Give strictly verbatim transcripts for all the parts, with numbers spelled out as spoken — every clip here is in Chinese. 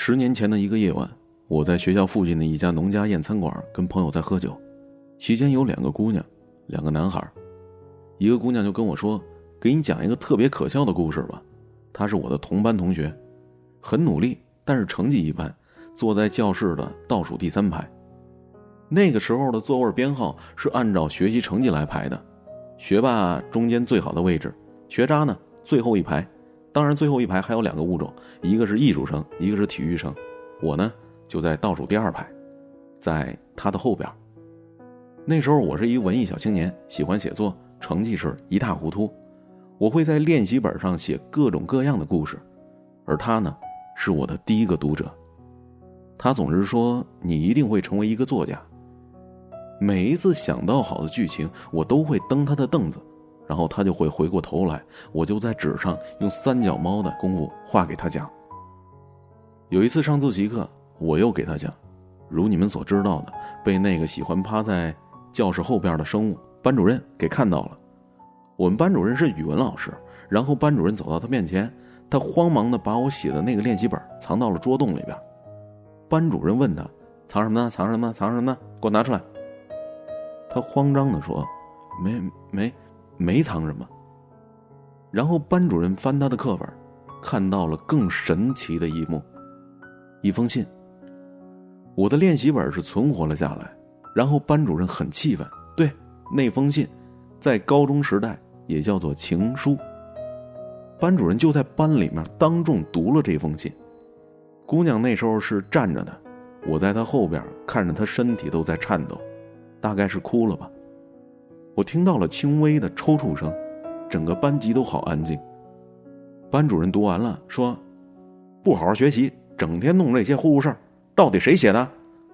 十年前的一个夜晚，我在学校附近的一家农家宴餐馆跟朋友在喝酒，席间有两个姑娘，两个男孩。一个姑娘就跟我说，给你讲一个特别可笑的故事吧。她是我的同班同学，很努力，但是成绩一般，坐在教室的倒数第三排。那个时候的座位编号是按照学习成绩来排的，学霸中间最好的位置，学渣呢最后一排。当然最后一排还有两个物种，一个是艺术生，一个是体育生。我呢就在倒数第二排，在他的后边。那时候我是一个文艺小青年，喜欢写作，成绩是一塌糊涂。我会在练习本上写各种各样的故事，而他呢是我的第一个读者。他总是说你一定会成为一个作家。每一次想到好的剧情，我都会蹬他的凳子，然后他就会回过头来，我就在纸上用三脚猫的功夫画给他讲。有一次上自习课，我又给他讲，如你们所知道的，被那个喜欢趴在教室后边的生物班主任给看到了。我们班主任是语文老师，然后班主任走到他面前，他慌忙地把我写的那个练习本藏到了桌洞里边。班主任问他，藏什么呢？藏什么呢？藏什么呢？给我拿出来。他慌张地说，没没没藏什么。然后班主任翻他的课本，看到了更神奇的一幕，一封信。我的练习本是存活了下来，然后班主任很气愤，对，那封信在高中时代也叫做情书。班主任就在班里面当众读了这封信。姑娘那时候是站着的，我在她后边看着她身体都在颤抖，大概是哭了吧。我听到了轻微的抽搐声，整个班级都好安静。班主任读完了说，不好好学习，整天弄这些糊涂事儿，到底谁写的？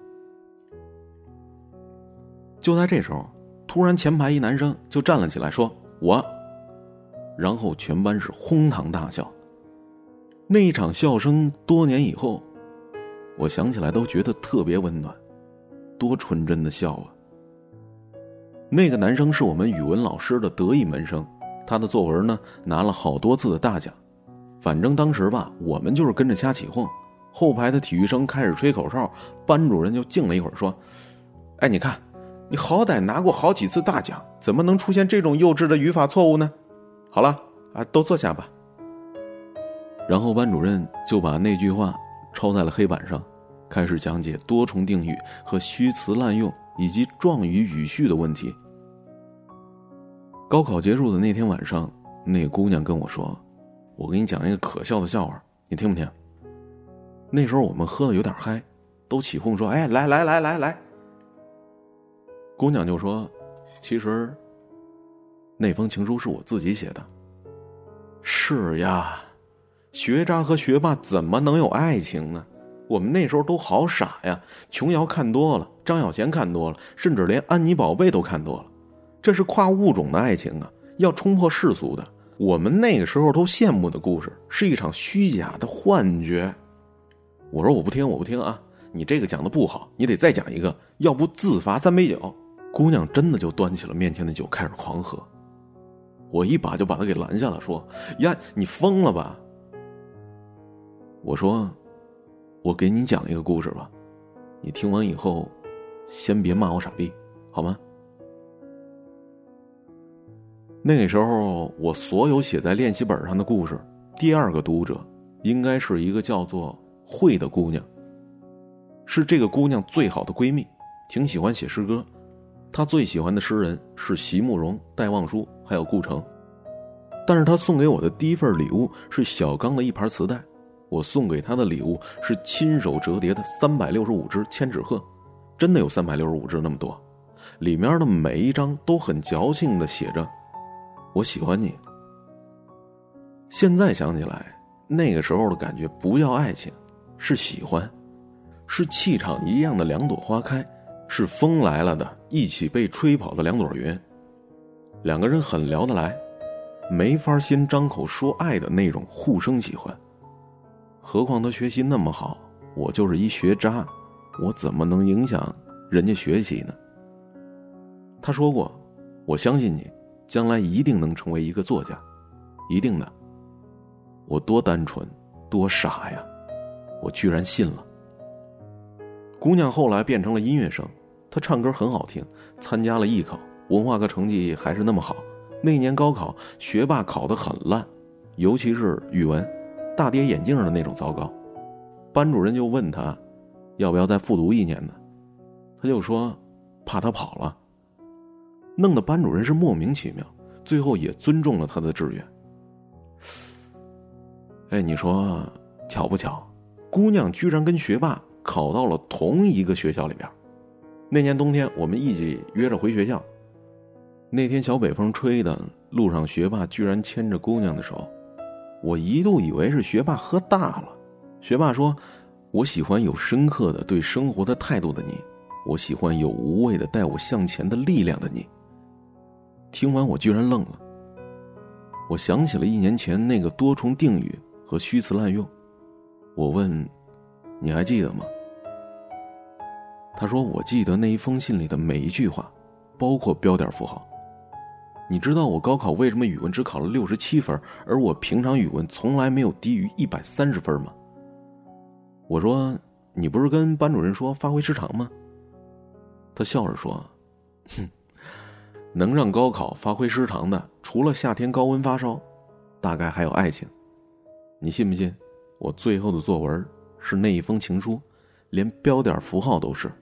就在这时候，突然前排一男生就站了起来说，我。然后全班是哄堂大笑。那一场笑声多年以后，我想起来都觉得特别温暖，多纯真的笑啊。那个男生是我们语文老师的得意门生，他的作文呢拿了好多次的大奖。反正当时吧，我们就是跟着瞎起哄。后排的体育生开始吹口哨，班主任就静了一会儿说，哎，你看你好歹拿过好几次大奖，怎么能出现这种幼稚的语法错误呢？好了啊，都坐下吧。然后班主任就把那句话抄在了黑板上，开始讲解多重定语和虚词滥用以及状语语序的问题。高考结束的那天晚上，那个姑娘跟我说，我给你讲一个可笑的笑话，你听不听？那时候我们喝的有点嗨，都起哄说，哎，来来来来来。姑娘就说，其实那封情书是我自己写的。是呀，学渣和学霸怎么能有爱情呢？我们那时候都好傻呀，琼瑶看多了，张小娴看多了，甚至连安妮宝贝都看多了。这是跨物种的爱情啊，要冲破世俗的。我们那个时候都羡慕的故事，是一场虚假的幻觉。我说我不听，我不听啊！你这个讲的不好，你得再讲一个，要不自罚三杯酒。姑娘真的就端起了面前的酒开始狂喝。我一把就把她给拦下了，说，呀，你疯了吧？我说，我给你讲一个故事吧，你听完以后先别骂我傻逼，好吗？那个时候我所有写在练习本上的故事，第二个读者应该是一个叫做慧的姑娘，是这个姑娘最好的闺蜜，挺喜欢写诗歌。她最喜欢的诗人是席慕容、戴望舒还有顾城。但是她送给我的第一份礼物是小刚的一盘磁带，我送给她的礼物是亲手折叠的三百六十五只千纸鹤，真的有三百六十五只那么多，里面的每一张都很矫情地写着，我喜欢你。现在想起来，那个时候的感觉不叫爱情，是喜欢，是气场一样的两朵花开，是风来了的一起被吹跑的两朵云。两个人很聊得来，没法先张口说爱的那种互生喜欢。何况他学习那么好，我就是一学渣，我怎么能影响人家学习呢？他说过，我相信你将来一定能成为一个作家，一定的。我多单纯多傻呀。 我居然信了。姑娘后来变成了音乐生，她唱歌很好听，参加了艺考，文化课成绩还是那么好。那年高考，学霸考得很烂，尤其是语文，大跌眼镜的那种糟糕。班主任就问她要不要再复读一年呢，她就说怕她跑了，弄得班主任是莫名其妙，最后也尊重了她的志愿。哎，你说巧不巧，姑娘居然跟学霸考到了同一个学校里边。那年冬天，我们一起约着回学校，那天小北风吹的，路上学霸居然牵着姑娘的手，我一度以为是学霸喝大了。学霸说，我喜欢有深刻的对生活的态度的你，我喜欢有无畏的带我向前的力量的你。听完我居然愣了，我想起了一年前那个多重定语和虚词滥用。我问，你还记得吗？他说，我记得那一封信里的每一句话，包括标点符号。你知道我高考为什么语文只考了六十七分，而我平常语文从来没有低于一百三十分吗？我说，你不是跟班主任说发挥失常吗？他笑着说，哼，能让高考发挥失常的，除了夏天高温发烧，大概还有爱情。你信不信，我最后的作文是那一封情书，连标点符号都是。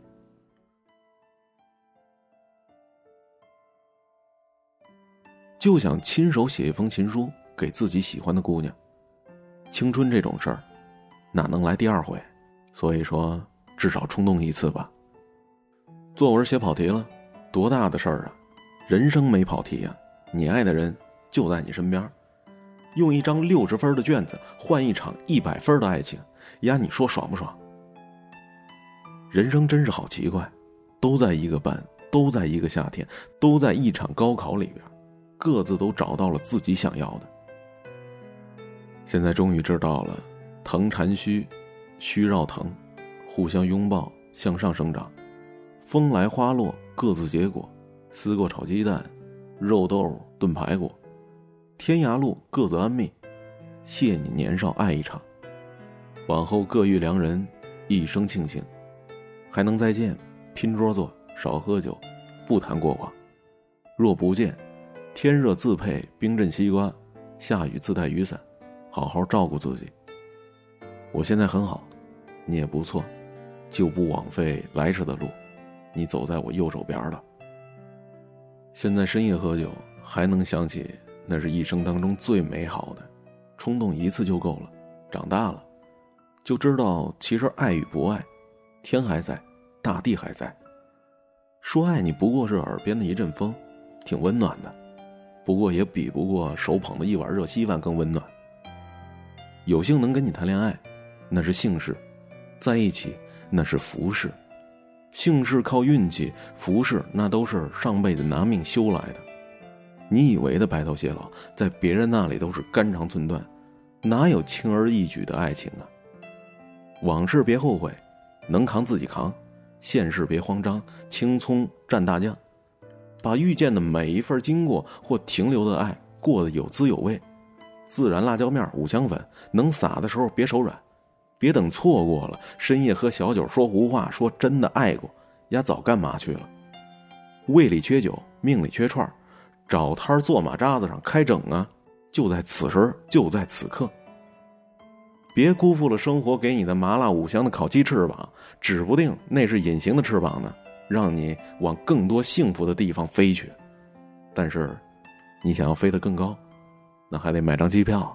就想亲手写一封情书给自己喜欢的姑娘。青春这种事儿哪能来第二回，所以说至少冲动一次吧。作文写跑题了，多大的事儿啊，人生没跑题啊，你爱的人就在你身边，用一张六十分的卷子换一场一百分的爱情，呀，你说爽不爽？人生真是好奇怪，都在一个班，都在一个夏天，都在一场高考里边，各自都找到了自己想要的。现在终于知道了，藤缠须，须绕藤，互相拥抱，向上生长，风来花落，各自结果，丝过炒鸡蛋，肉豆炖排骨，天涯路各自安谧，谢你年少爱一场，往后各遇良人，一生庆幸，还能再见，拼桌坐，少喝酒，不谈过往，若不见，天热自配冰镇西瓜，下雨自带雨伞，好好照顾自己。我现在很好，你也不错，就不枉费来时的路，你走在我右手边了。现在深夜喝酒，还能想起那是一生当中最美好的，冲动一次就够了。长大了，就知道其实爱与不爱，天还在，大地还在。说爱你不过是耳边的一阵风，挺温暖的，不过也比不过手捧的一碗热稀饭更温暖。有幸能跟你谈恋爱，那是幸事，在一起那是福事。幸事靠运气，福事那都是上辈子拿命修来的。你以为的白头偕老，在别人那里都是肝肠寸断，哪有轻而易举的爱情啊？往事别后悔，能扛自己扛，现世别慌张，青葱蘸大酱，把遇见的每一份经过或停留的爱过得有滋有味。孜然辣椒面五香粉，能撒的时候别手软，别等错过了，深夜喝小酒说胡话，说真的爱过，呀早干嘛去了？胃里缺酒，命里缺串，找摊坐马扎子上开整啊，就在此时，就在此刻。别辜负了生活给你的麻辣五香的烤鸡翅膀，指不定那是隐形的翅膀呢，让你往更多幸福的地方飞去。但是你想要飞得更高，那还得买张机票。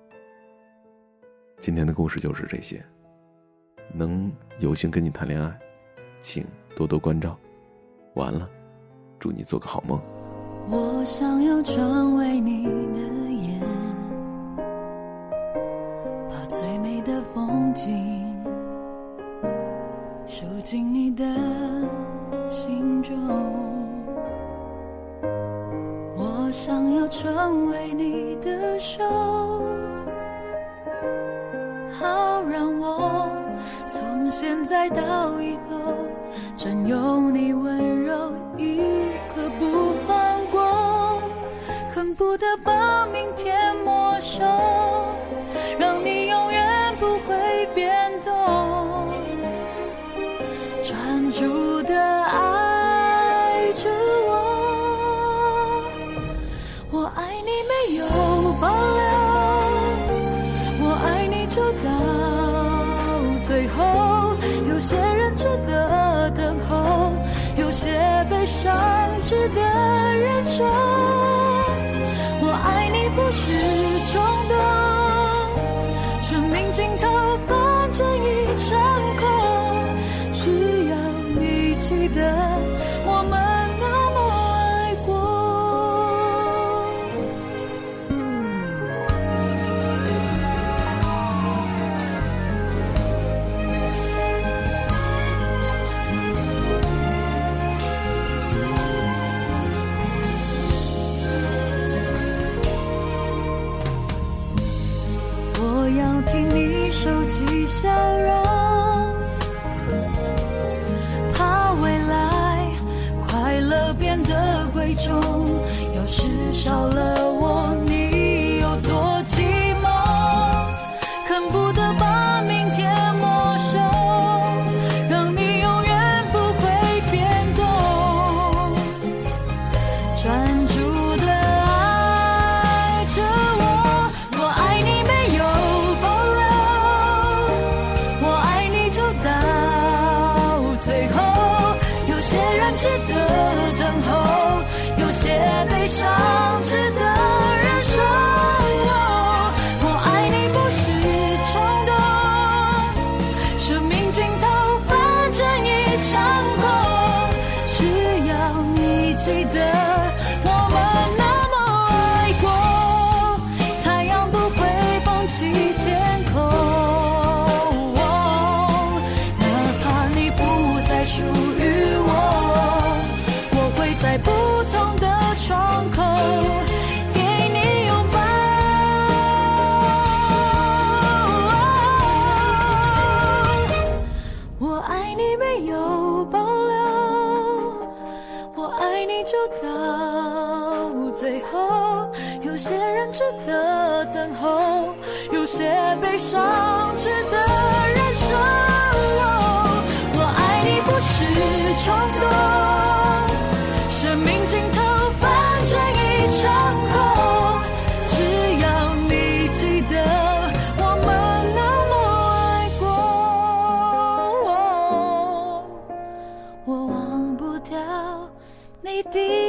今天的故事就是这些，能有幸跟你谈恋爱，请多多关照。完了，祝你做个好梦。 我想要成为你的眼，把最美的风景收进你的心中。我想要成为你的手，好让我从现在到以后占有你温柔一刻不放过，恨不得把明天没收，让你永远不会变动。 些人值得等候，有些悲伤值得忍受。我爱你不是冲动，生命尽头反正一场空，只要你记得我们那么爱过。我要听你收起笑容，怕未来快乐变得贵重。要是少了我，你有多寂寞，恨不得把明天没收，让你永远不会变动。专注的爱着我，我爱你没有保留，我爱你就到最后。有些人值得等候，有些悲伤值得忍受。我爱你不是冲动，生命尽头反正一场空，只要你记得我们那么爱过。太阳不会放弃天空，哪怕你不再属于我，我会在不同的窗口给你拥抱。我爱你没有保留，我爱你就到最后。有些人值得等候，有些悲伤值得忍受。我爱你不是冲动，生命尽头反正一场空，只要你记得我们那么爱过。我忘不掉你的